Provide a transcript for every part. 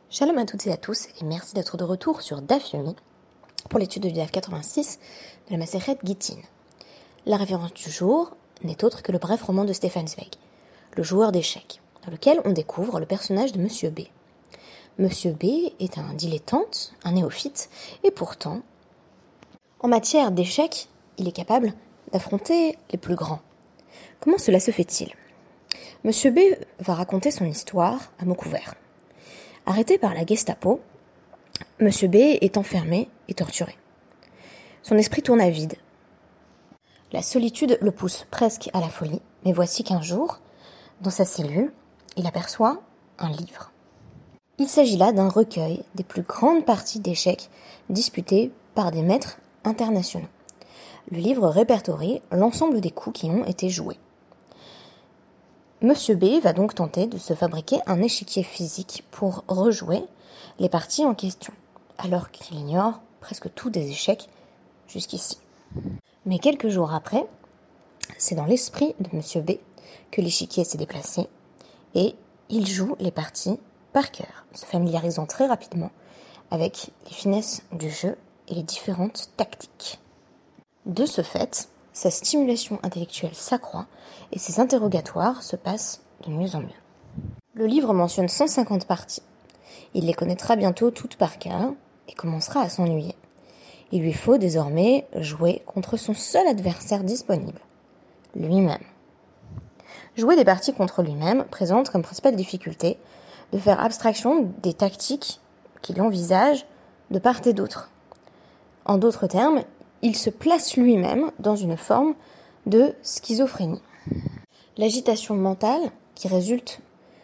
Shalom à toutes et à tous et merci d'être de retour sur Daf Yomi pour l'étude de Daf 86 de la Masechet Gittin. La référence du jour n'est autre que le bref roman de Stefan Zweig, le joueur d'échecs, dans lequel on découvre le personnage de Monsieur B. Monsieur B est un dilettante, un néophyte, et pourtant, en matière d'échecs, il est capable d'affronter les plus grands. Comment cela se fait-il ? Monsieur B va raconter son histoire à mots couverts. Arrêté par la Gestapo, Monsieur B est enfermé et torturé. Son esprit tourne à vide. La solitude le pousse presque à la folie, mais voici qu'un jour, dans sa cellule, il aperçoit un livre. Il s'agit là d'un recueil des plus grandes parties d'échecs disputées par des maîtres internationaux. Le livre répertorie l'ensemble des coups qui ont été joués. Monsieur B va donc tenter de se fabriquer un échiquier physique pour rejouer les parties en question, alors qu'il ignore presque tous des échecs jusqu'ici. Mais quelques jours après, c'est dans l'esprit de Monsieur B que l'échiquier s'est déplacé et il joue les parties par cœur, se familiarisant très rapidement avec les finesses du jeu et les différentes tactiques. De ce fait, sa stimulation intellectuelle s'accroît et ses interrogatoires se passent de mieux en mieux. Le livre mentionne 150 parties. Il les connaîtra bientôt toutes par cœur et commencera à s'ennuyer. Il lui faut désormais jouer contre son seul adversaire disponible, lui-même. Jouer des parties contre lui-même présente comme principale difficulté de faire abstraction des tactiques qu'il envisage de part et d'autre. En d'autres termes, il se place lui-même dans une forme de schizophrénie. L'agitation mentale qui résulte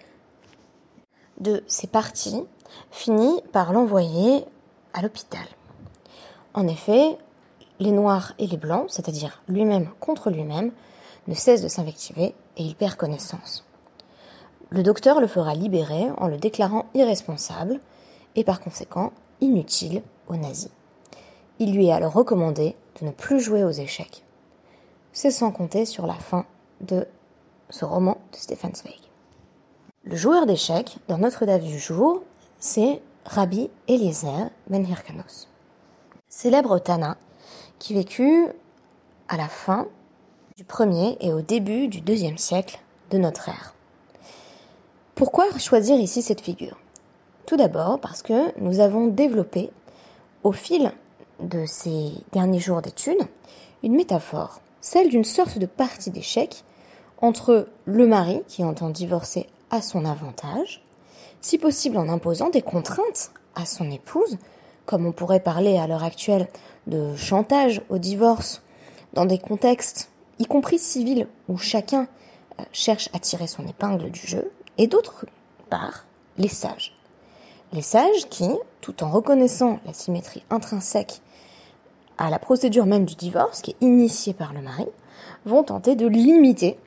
de ces parties finit par l'envoyer à l'hôpital. En effet, les noirs et les blancs, c'est-à-dire lui-même contre lui-même, ne cessent de s'invectiver et il perd connaissance. Le docteur le fera libérer en le déclarant irresponsable et par conséquent inutile aux nazis. Il lui est alors recommandé de ne plus jouer aux échecs. C'est sans compter sur la fin de ce roman de Stefan Zweig. Le joueur d'échecs, dans notre daf du jour, c'est Rabbi Eliezer ben Hyrcanos, célèbre Tana qui vécut à la fin du 1er et au début du 2e siècle de notre ère. Pourquoi choisir ici cette figure ? Tout d'abord parce que nous avons développé au fil de ces derniers jours d'études une métaphore, celle d'une sorte de partie d'échecs entre le mari qui entend divorcer à son avantage, si possible en imposant des contraintes à son épouse, comme on pourrait parler à l'heure actuelle de chantage au divorce, dans des contextes, y compris civils, où chacun cherche à tirer son épingle du jeu, et d'autre part, les sages. Les sages qui, tout en reconnaissant la symétrie intrinsèque à la procédure même du divorce, qui est initiée par le mari, vont tenter de limiter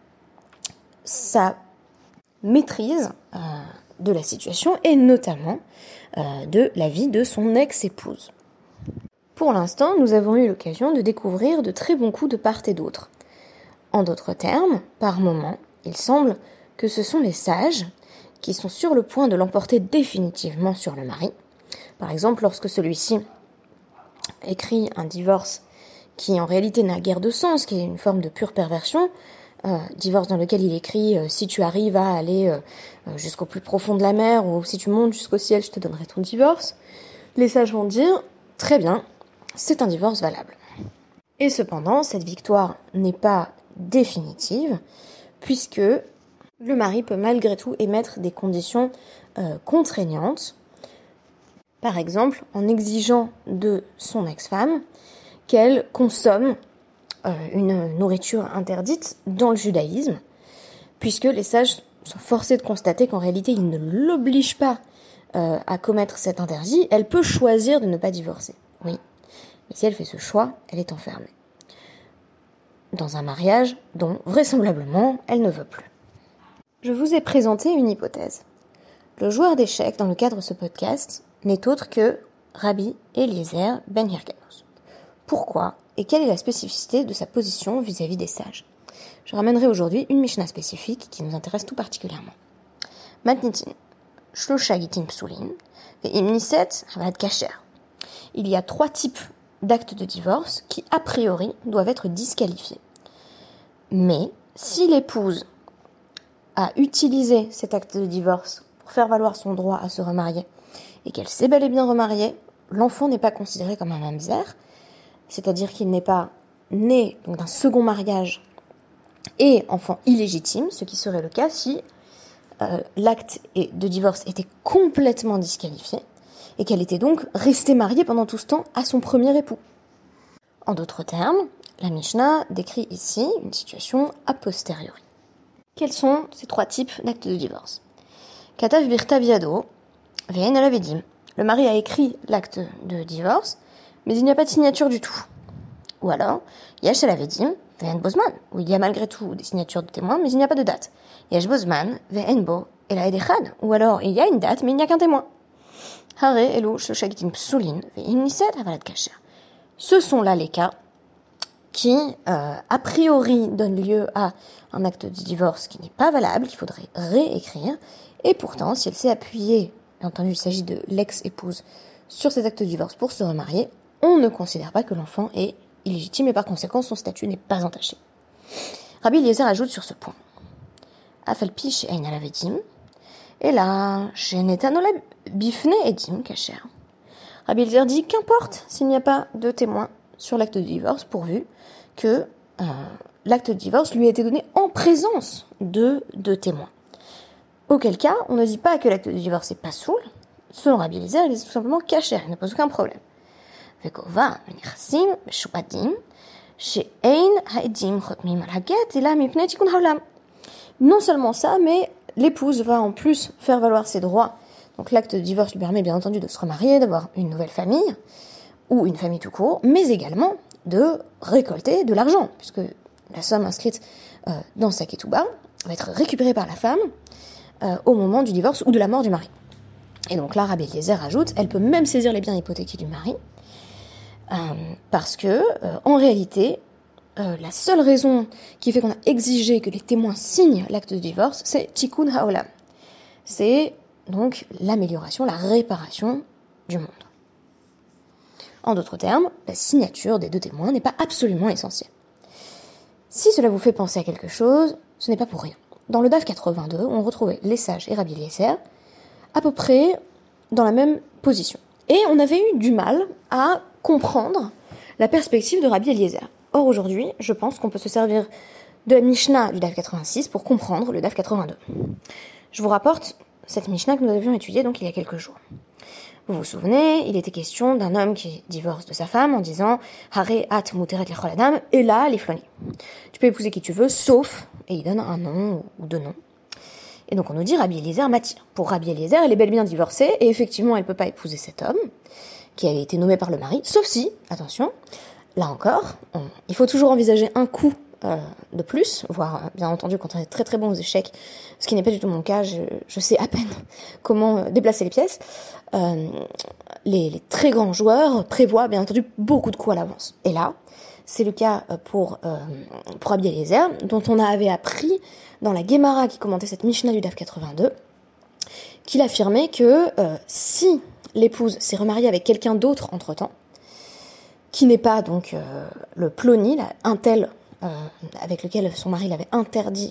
sa maîtrise de la situation et notamment de la vie de son ex-épouse. Pour l'instant, nous avons eu l'occasion de découvrir de très bons coups de part et d'autre. En d'autres termes, par moments, il semble que ce sont les sages qui sont sur le point de l'emporter définitivement sur le mari. Par exemple, lorsque celui-ci écrit un divorce qui en réalité n'a guère de sens, qui est une forme de pure perversion, divorce dans lequel il écrit « si tu arrives à aller jusqu'au plus profond de la mer ou si tu montes jusqu'au ciel, je te donnerai ton divorce », les sages vont dire « très bien, c'est un divorce valable ». Et cependant, cette victoire n'est pas définitive, puisque le mari peut malgré tout émettre des conditions contraignantes, par exemple en exigeant de son ex-femme qu'elle consomme une nourriture interdite dans le judaïsme, puisque les sages sont forcés de constater qu'en réalité ils ne l'obligent pas à commettre cet interdit, elle peut choisir de ne pas divorcer, oui, mais si elle fait ce choix, elle est enfermée dans un mariage dont vraisemblablement elle ne veut plus. Je vous ai présenté une hypothèse. Le joueur d'échecs dans le cadre de ce podcast n'est autre que Rabbi Eliezer ben Hyrcanos. Pourquoi et quelle est la spécificité de sa position vis-à-vis des sages ? Je ramènerai aujourd'hui une Mishnah spécifique qui nous intéresse tout particulièrement. Matnitin, shlosha gitin psulin, ve'im niset havad kasher. Il y a 3 types d'actes de divorce qui, a priori, doivent être disqualifiés. Mais si l'épouse a utilisé cet acte de divorce pour faire valoir son droit à se remarier et qu'elle s'est bel et bien remariée, l'enfant n'est pas considéré comme un mamzer, c'est-à-dire qu'il n'est pas né donc, d'un second mariage et enfant illégitime, ce qui serait le cas si l'acte de divorce était complètement disqualifié et qu'elle était donc restée mariée pendant tout ce temps à son premier époux. En d'autres termes, la Mishnah décrit ici une situation a posteriori. Quels sont ces 3 types d'actes de divorce? Katav birtav yado, ve'en alav edim. Le mari a écrit l'acte de divorce, mais il n'y a pas de signature du tout. Ou alors, yesh alav edim, ve'en bozman, où il y a malgré tout des signatures de témoins, mais il n'y a pas de date. Yesh bozman, ve'en bo, ela edechad, ou alors il y a une date, mais il n'y a qu'un témoin. Hare elu shlosha gitin psulin, ve'im niset havalat kasher. Ce sont là les cas qui, a priori, donnent lieu à un acte de divorce qui n'est pas valable, qu'il faudrait réécrire. Et pourtant, si elle s'est appuyée, bien entendu, il s'agit de l'ex-épouse, sur cet acte de divorce pour se remarier, on ne considère pas que l'enfant est illégitime et par conséquent, son statut n'est pas entaché. Rabbi Eliezer ajoute sur ce point. Afalpi chez Ein alavedim, et là, chez Netanola bifne edim kasher. Rabbi Eliezer dit qu'importe s'il n'y a pas de témoin sur l'acte de divorce, pourvu que l'acte de divorce lui a été donné en présence de témoins. Auquel cas, on ne dit pas que l'acte de divorce n'est pas soul. Selon Rabbi Eliezer, il est tout simplement kasher, il ne pose aucun problème. Vekova, menichsim, beshupadim, she'ein ha'edim chotmim al haget, ela mipnei tikun ha'olam. Non seulement ça, mais l'épouse va en plus faire valoir ses droits. Donc l'acte de divorce lui permet bien entendu de se remarier, d'avoir une nouvelle famille, ou une famille tout court, mais également de récolter de l'argent, puisque la somme inscrite dans sa ketouba va être récupérée par la femme au moment du divorce ou de la mort du mari. Et donc là, Rabbi Eliezer ajoute, elle peut même saisir les biens hypothéqués du mari, parce que, en réalité, la seule raison qui fait qu'on a exigé que les témoins signent l'acte de divorce, c'est tikkun ha'olam. C'est donc l'amélioration, la réparation du monde. En d'autres termes, la signature des 2 témoins n'est pas absolument essentielle. Si cela vous fait penser à quelque chose, ce n'est pas pour rien. Dans le DAF 82, on retrouvait les sages et Rabbi Eliezer à peu près dans la même position. Et on avait eu du mal à comprendre la perspective de Rabbi Eliezer. Or aujourd'hui, je pense qu'on peut se servir de la Mishnah du DAF 86 pour comprendre le DAF 82. Je vous rapporte cette Mishnah que nous avions étudiée donc il y a quelques jours. Vous vous souvenez, il était question d'un homme qui divorce de sa femme en disant « Hare at muteret lechol adam » et là, les floni. Tu peux épouser qui tu veux, sauf, et il donne un nom ou 2 noms. Et donc on nous dit Rabbi Eliezer m'attire. Pour Rabbi Eliezer, elle est bel et bien divorcée, et effectivement, elle ne peut pas épouser cet homme, qui avait été nommé par le mari, sauf si, attention, là encore, il faut toujours envisager un coup de plus, voire bien entendu quand on est très très bon aux échecs, ce qui n'est pas du tout mon cas, je sais à peine comment déplacer les pièces. Les très grands joueurs prévoient bien entendu beaucoup de coups à l'avance. Et là, c'est le cas pour Rabbi Eliezer, dont on avait appris dans la Gemara qui commentait cette Mishnah du DAF 82, qu'il affirmait que si l'épouse s'est remariée avec quelqu'un d'autre entre-temps, qui n'est pas donc le ploni, un tel avec lequel son mari lui avait interdit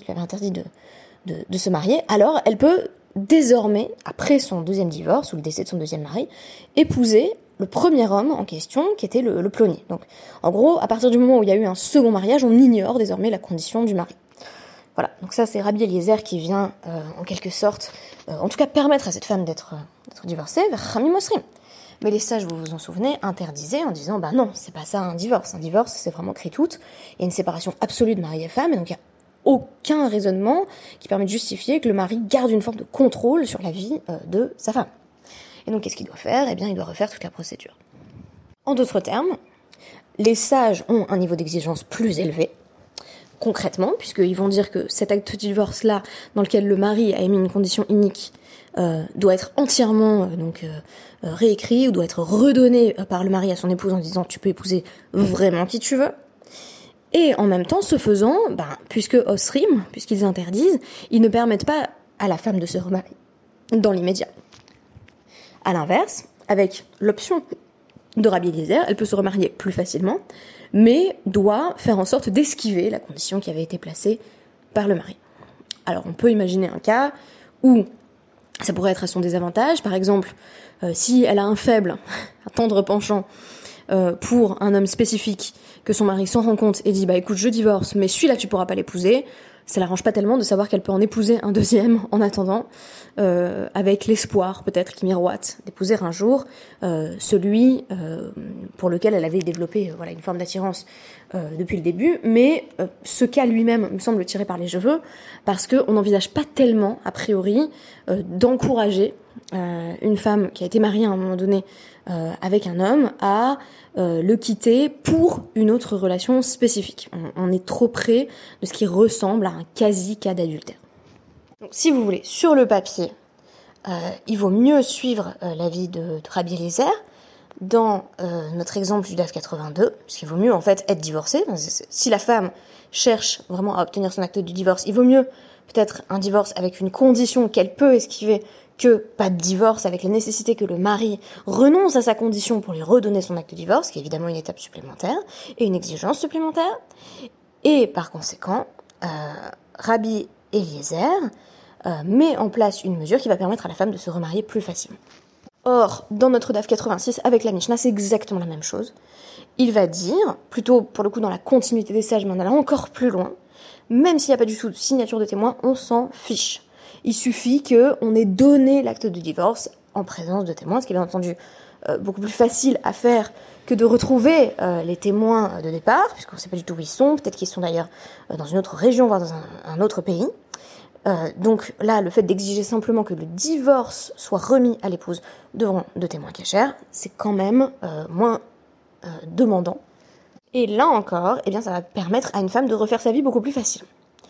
de se marier, alors elle peut désormais, après son 2e divorce ou le décès de son 2e mari, épouser le premier homme en question qui était le ploni. Donc en gros, à partir du moment où il y a eu un second mariage, on ignore désormais la condition du mari. Voilà, donc ça c'est Rabbi Eliezer qui vient en quelque sorte, en tout cas permettre à cette femme d'être divorcée vers Chamim Osrim. Mais les sages, vous vous en souvenez, interdisaient en disant bah non, c'est pas ça un divorce. Un divorce, c'est vraiment tout. Il y a une séparation absolue de mari et femme, et donc il n'y a aucun raisonnement qui permet de justifier que le mari garde une forme de contrôle sur la vie de sa femme. Et donc qu'est-ce qu'il doit faire ? Eh bien, il doit refaire toute la procédure. En d'autres termes, les sages ont un niveau d'exigence plus élevé, concrètement, puisqu'ils vont dire que cet acte de divorce-là, dans lequel le mari a émis une condition inique, doit être entièrement réécrit ou doit être redonné par le mari à son épouse en disant tu peux épouser vraiment qui tu veux. Et en même temps, ce faisant, puisque Osrim, puisqu'ils interdisent, ils ne permettent pas à la femme de se remarier dans l'immédiat. À l'inverse, avec l'option de Rabbi Eliezer, elle peut se remarier plus facilement, mais doit faire en sorte d'esquiver la condition qui avait été placée par le mari. Alors on peut imaginer un cas où ça pourrait être à son désavantage, par exemple, si elle a un faible, un tendre penchant pour un homme spécifique, que son mari s'en rend compte et dit « bah écoute, je divorce, mais celui-là tu pourras pas l'épouser », ça l'arrange pas tellement de savoir qu'elle peut en épouser un deuxième en attendant, avec l'espoir peut-être qui miroite d'épouser un jour celui pour lequel elle avait développé une forme d'attirance depuis le début, mais ce cas lui-même me semble tiré par les cheveux parce qu'on n'envisage pas tellement a priori d'encourager une femme qui a été mariée à un moment donné avec un homme à le quitter pour une autre relation spécifique. On est trop près de ce qui ressemble à un quasi-cas d'adultère. Donc, si vous voulez, sur le papier, il vaut mieux suivre l'avis de Rabbi Eliezer dans notre exemple du DAF 82, puisqu'il vaut mieux en fait être divorcé. Si la femme cherche vraiment à obtenir son acte de divorce, il vaut mieux peut-être un divorce avec une condition qu'elle peut esquiver que pas de divorce avec la nécessité que le mari renonce à sa condition pour lui redonner son acte de divorce, qui est évidemment une étape supplémentaire et une exigence supplémentaire. Et par conséquent, Rabbi Eliezer met en place une mesure qui va permettre à la femme de se remarier plus facilement. Or, dans notre DAF 86, avec la Mishnah, c'est exactement la même chose. Il va dire, plutôt pour le coup dans la continuité des sages, mais en allant encore plus loin, même s'il n'y a pas du tout de signature de témoin, on s'en fiche. Il suffit qu'on ait donné l'acte de divorce en présence de témoins, ce qui est bien entendu beaucoup plus facile à faire que de retrouver les témoins de départ, puisqu'on ne sait pas du tout où ils sont, peut-être qu'ils sont d'ailleurs dans une autre région, voire dans un autre pays. Donc là, le fait d'exiger simplement que le divorce soit remis à l'épouse devant deux témoins cachers, c'est quand même moins demandant. Et là encore, eh bien, ça va permettre à une femme de refaire sa vie beaucoup plus facilement.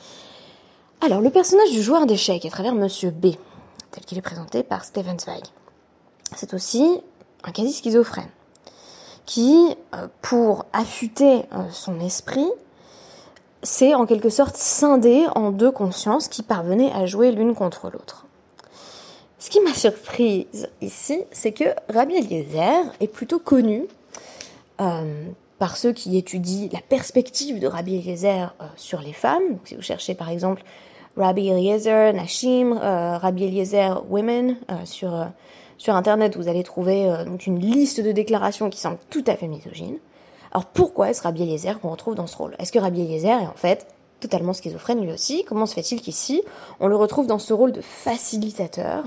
Alors, le personnage du joueur d'échecs à travers Monsieur B, tel qu'il est présenté par Stefan Zweig, c'est aussi un quasi-schizophrène, qui, pour affûter son esprit, s'est en quelque sorte scindé en deux consciences qui parvenaient à jouer l'une contre l'autre. Ce qui m'a surprise ici, c'est que Rabbi Eliezer est plutôt connu par ceux qui étudient la perspective de Rabbi Eliezer sur les femmes. Donc, si vous cherchez par exemple Rabbi Eliezer Nashim, Rabbi Eliezer Women sur Internet, vous allez trouver donc une liste de déclarations qui semblent tout à fait misogynes. Alors pourquoi est-ce Rabbi Eliezer qu'on retrouve dans ce rôle ? Est-ce que Rabbi Eliezer est en fait totalement schizophrène lui aussi ? Comment se fait-il qu'ici, on le retrouve dans ce rôle de facilitateur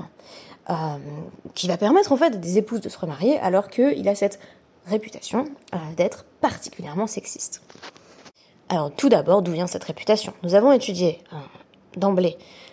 qui va permettre en fait à des épouses de se remarier alors qu'il a cette réputation d'être particulièrement sexiste ? Alors tout d'abord, d'où vient cette réputation ? Nous avons étudié d'emblée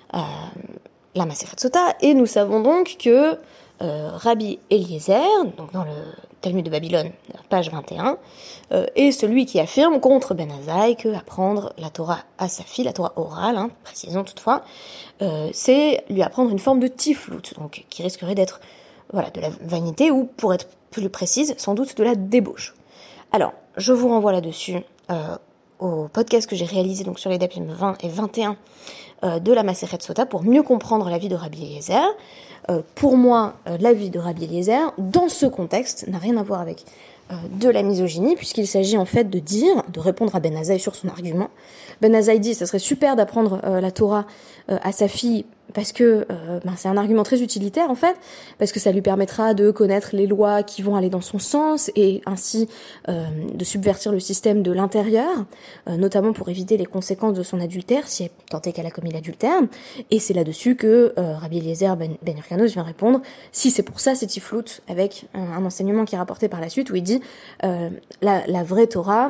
la Masechet Sota et nous savons donc que Rabbi Eliezer, donc dans le Talmud de Babylone, page 21, est celui qui affirme contre Ben Azaï que apprendre la Torah à sa fille, la Torah orale, précisons toutefois, c'est lui apprendre une forme de tiflout, donc qui risquerait d'être de la vanité ou, pour être plus précise, sans doute de la débauche. Alors, je vous renvoie là-dessus au podcast que j'ai réalisé donc sur les dapim 20 et 21 de la Masechet Sota pour mieux comprendre la vie de Rabbi Eliezer. Pour moi, la vie de Rabbi Eliezer, dans ce contexte, n'a rien à voir avec de la misogynie, puisqu'il s'agit en fait de répondre à Ben Azaï sur son argument. Ben Azaï dit, ça serait super d'apprendre la Torah à sa fille, parce que c'est un argument très utilitaire en fait, parce que ça lui permettra de connaître les lois qui vont aller dans son sens, et ainsi de subvertir le système de l'intérieur, notamment pour éviter les conséquences de son adultère, si tant est qu'elle a commis l'adultère, et c'est là-dessus que Rabbi Eliezer Ben Hyrcanos vient répondre, si c'est pour ça, c'est tiflout, avec un enseignement qui est rapporté par la suite, où il dit la vraie Torah,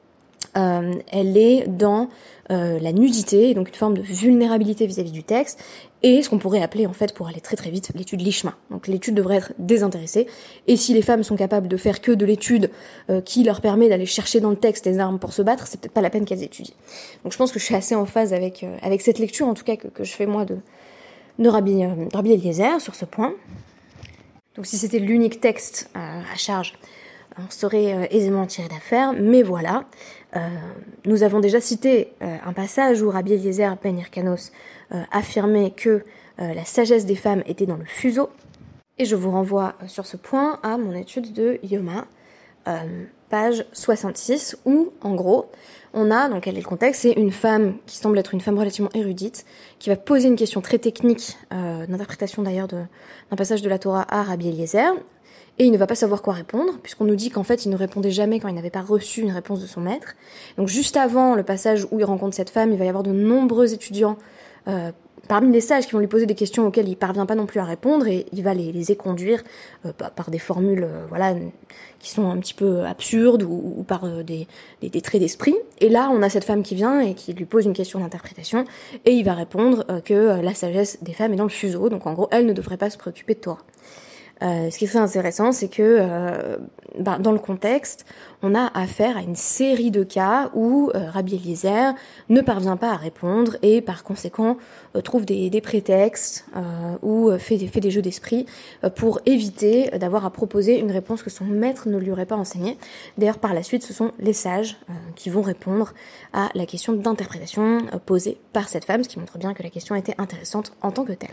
elle est dans la nudité, donc une forme de vulnérabilité vis-à-vis du texte, et ce qu'on pourrait appeler, en fait, pour aller très très vite, l'étude lishma. Donc l'étude devrait être désintéressée, et si les femmes sont capables de faire que de l'étude qui leur permet d'aller chercher dans le texte les armes pour se battre, c'est peut-être pas la peine qu'elles étudient. Donc je pense que je suis assez en phase avec cette lecture, en tout cas que je fais moi de Rabbi Eliezer sur ce point. Donc si c'était l'unique texte à charge, on serait aisément tiré d'affaire, mais voilà. Nous avons déjà cité un passage où Rabbi Eliezer Ben Hyrcanos affirmait que la sagesse des femmes était dans le fuseau. Et je vous renvoie sur ce point à mon étude de Yoma, page 66, où, en gros, on a, donc quel est le contexte, c'est une femme qui semble être une femme relativement érudite, qui va poser une question très technique, d'interprétation d'ailleurs d'un passage de la Torah à Rabbi Eliezer, et il ne va pas savoir quoi répondre, puisqu'on nous dit qu'en fait il ne répondait jamais quand il n'avait pas reçu une réponse de son maître. Donc juste avant le passage où il rencontre cette femme, il va y avoir de nombreux étudiants, parmi les sages qui vont lui poser des questions auxquelles il parvient pas non plus à répondre, et il va les éconduire par des formules qui sont un petit peu absurdes ou par des traits d'esprit. Et là, on a cette femme qui vient et qui lui pose une question d'interprétation, et il va répondre que la sagesse des femmes est dans le fuseau, donc en gros, elle ne devrait pas se préoccuper de Torah. Ce qui est très intéressant, c'est que dans le contexte, on a affaire à une série de cas où Rabbi Eliezer ne parvient pas à répondre et par conséquent trouve des prétextes ou fait des jeux d'esprit pour éviter d'avoir à proposer une réponse que son maître ne lui aurait pas enseignée. D'ailleurs, par la suite, ce sont les sages qui vont répondre à la question d'interprétation posée par cette femme, ce qui montre bien que la question était intéressante en tant que telle.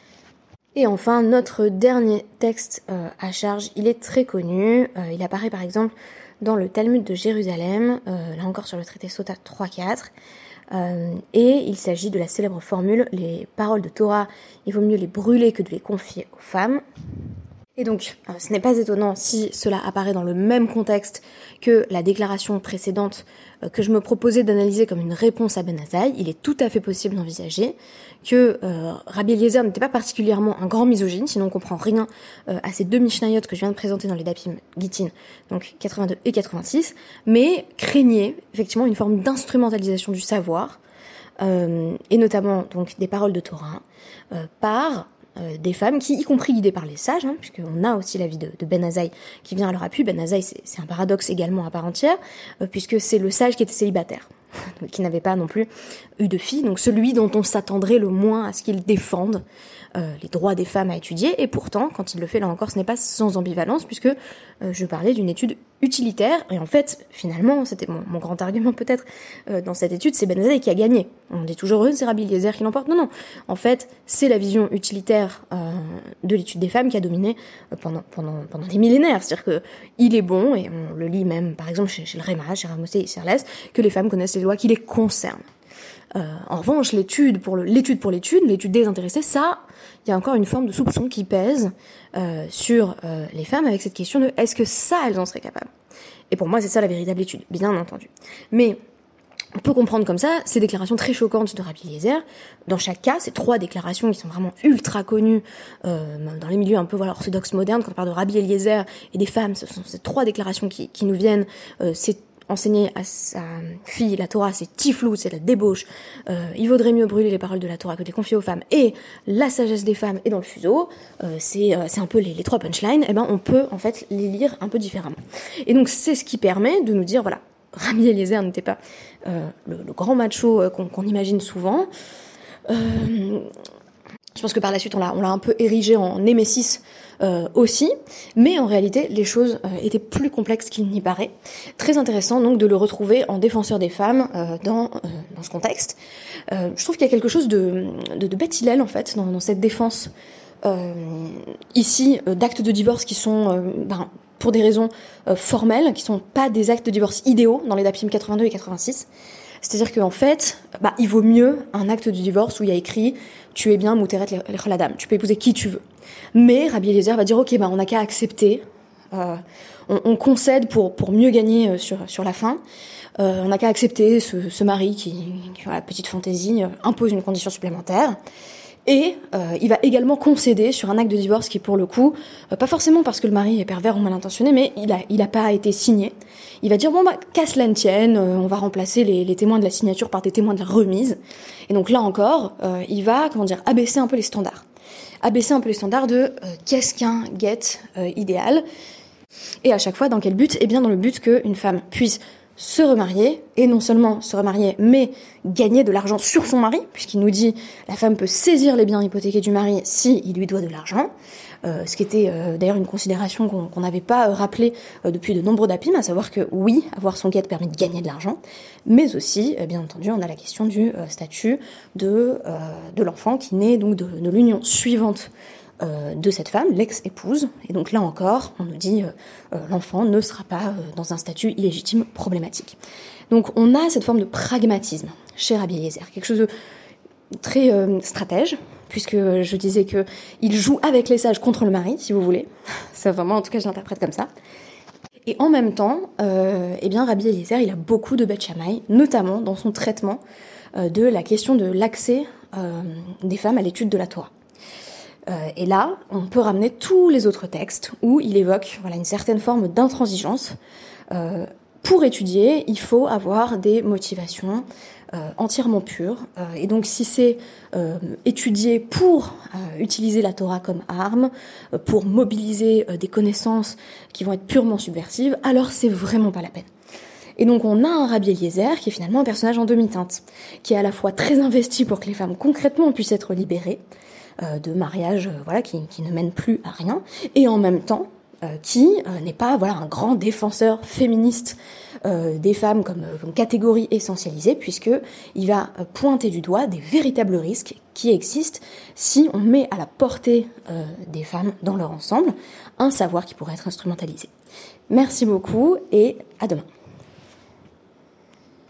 Et enfin, notre dernier texte à charge, il est très connu. Il apparaît par exemple dans le Talmud de Jérusalem, là encore sur le traité Sota 3-4. Et il s'agit de la célèbre formule, les paroles de Torah, il vaut mieux les brûler que de les confier aux femmes. Et donc, ce n'est pas étonnant si cela apparaît dans le même contexte que la déclaration précédente que je me proposais d'analyser comme une réponse à Ben Azaï. Il est tout à fait possible d'envisager que Rabbi Eliezer n'était pas particulièrement un grand misogyne, sinon on comprend rien à ces deux Mishnayot que je viens de présenter dans les Dapim Gittin, donc 82 et 86, mais craignait effectivement une forme d'instrumentalisation du savoir, et notamment donc des paroles de Torah, par des femmes qui, y compris guidées par les sages, puisqu'on a aussi l'avis de Ben Azaï qui vient à leur appui. Ben Azaï, c'est un paradoxe également à part entière, puisque c'est le sage qui était célibataire, qui n'avait pas non plus eu de fille, donc celui dont on s'attendrait le moins à ce qu'il défende les droits des femmes à étudier, et pourtant, quand il le fait, là encore, ce n'est pas sans ambivalence, puisque je parlais d'une étude utilitaire, et en fait, finalement, c'était mon grand argument peut-être dans cette étude, c'est Ben Azaï qui a gagné. On dit toujours, c'est Rabbi Eliezer qui l'emporte. Non, en fait, c'est la vision utilitaire de l'étude des femmes qui a dominé pendant des millénaires, c'est-à-dire que il est bon, et on le lit même, par exemple, chez le Réma, chez Ramosé et Serles, que les femmes connaissent les lois qui les concernent. En revanche, l'étude pour l'étude désintéressée, ça, il y a encore une forme de soupçon qui pèse sur les femmes avec cette question de est-ce que ça, elles en seraient capables. Et pour moi, c'est ça la véritable étude, bien entendu. Mais on peut comprendre comme ça ces déclarations très choquantes de Rabbi Eliezer. Dans chaque cas, ces trois déclarations qui sont vraiment ultra connues dans les milieux un peu orthodoxes modernes, quand on parle de Rabbi Eliezer et des femmes, ce sont ces trois déclarations qui nous viennent. C'est enseigner à sa fille la Torah, c'est tiflou, c'est la débauche, il vaudrait mieux brûler les paroles de la Torah que de les confier aux femmes, et la sagesse des femmes est dans le fuseau, c'est un peu les trois punchlines, et on peut en fait les lire un peu différemment. Et donc c'est ce qui permet de nous dire, voilà, Rabbi Eliezer n'était pas le grand macho qu'on imagine souvent. Je pense que par la suite on l'a un peu érigé en némésis aussi, mais en réalité les choses étaient plus complexes qu'il n'y paraît. Très intéressant donc de le retrouver en défenseur des femmes dans ce contexte. Je trouve qu'il y a quelque chose de Beth Hillel en fait dans cette défense ici d'actes de divorce qui sont pour des raisons formelles, qui sont pas des actes de divorce idéaux dans les Dapim 82 et 86. C'est-à-dire qu'en fait, il vaut mieux un acte de divorce où il y a écrit « tu es bien Mouteret l'Adam », tu peux épouser qui tu veux. Mais Rabbi Eliezer va dire « ok, on n'a qu'à accepter, on concède pour mieux gagner sur la fin, on n'a qu'à accepter ce mari qui la petite fantaisie, impose une condition supplémentaire ». Et il va également concéder sur un acte de divorce qui, pour le coup, pas forcément parce que le mari est pervers ou mal intentionné, mais il a pas été signé. Il va dire qu'à cela ne tienne, on va remplacer les témoins de la signature par des témoins de la remise. Et donc là encore, il va abaisser un peu les standards. Abaisser un peu les standards de qu'est-ce qu'un get idéal. Et à chaque fois, dans quel but ? Eh bien dans le but qu'une femme puisse se remarier, et non seulement se remarier, mais gagner de l'argent sur son mari, puisqu'il nous dit la femme peut saisir les biens hypothéqués du mari si il lui doit de l'argent, ce qui était d'ailleurs une considération qu'on n'avait pas rappelée depuis de nombreux DAPIM, à savoir que oui, avoir son guet permet de gagner de l'argent, mais aussi, bien entendu, on a la question du statut de l'enfant qui naît donc de l'union suivante de cette femme, l'ex-épouse, et donc là encore, on nous dit l'enfant ne sera pas dans un statut illégitime problématique. Donc on a cette forme de pragmatisme chez Rabbi Eliezer, quelque chose de très stratège, puisque je disais que il joue avec les sages contre le mari, si vous voulez. C'est vraiment, en tout cas, je l'interprète comme ça. Et en même temps, eh bien, Rabbi Eliezer, il a beaucoup de Beth Shammai, notamment dans son traitement de la question de l'accès des femmes à l'étude de la Torah. Et là, on peut ramener tous les autres textes où il évoque une certaine forme d'intransigeance. Pour étudier, il faut avoir des motivations entièrement pures. Et donc, si c'est étudier pour utiliser la Torah comme arme, pour mobiliser des connaissances qui vont être purement subversives, alors c'est vraiment pas la peine. Et donc, on a un Rabbi Eliezer qui est finalement un personnage en demi-teinte, qui est à la fois très investi pour que les femmes concrètement puissent être libérées de mariage qui ne mène plus à rien, et en même temps, qui n'est pas un grand défenseur féministe des femmes comme catégorie essentialisée, puisque il va pointer du doigt des véritables risques qui existent si on met à la portée des femmes dans leur ensemble un savoir qui pourrait être instrumentalisé. Merci beaucoup et à demain.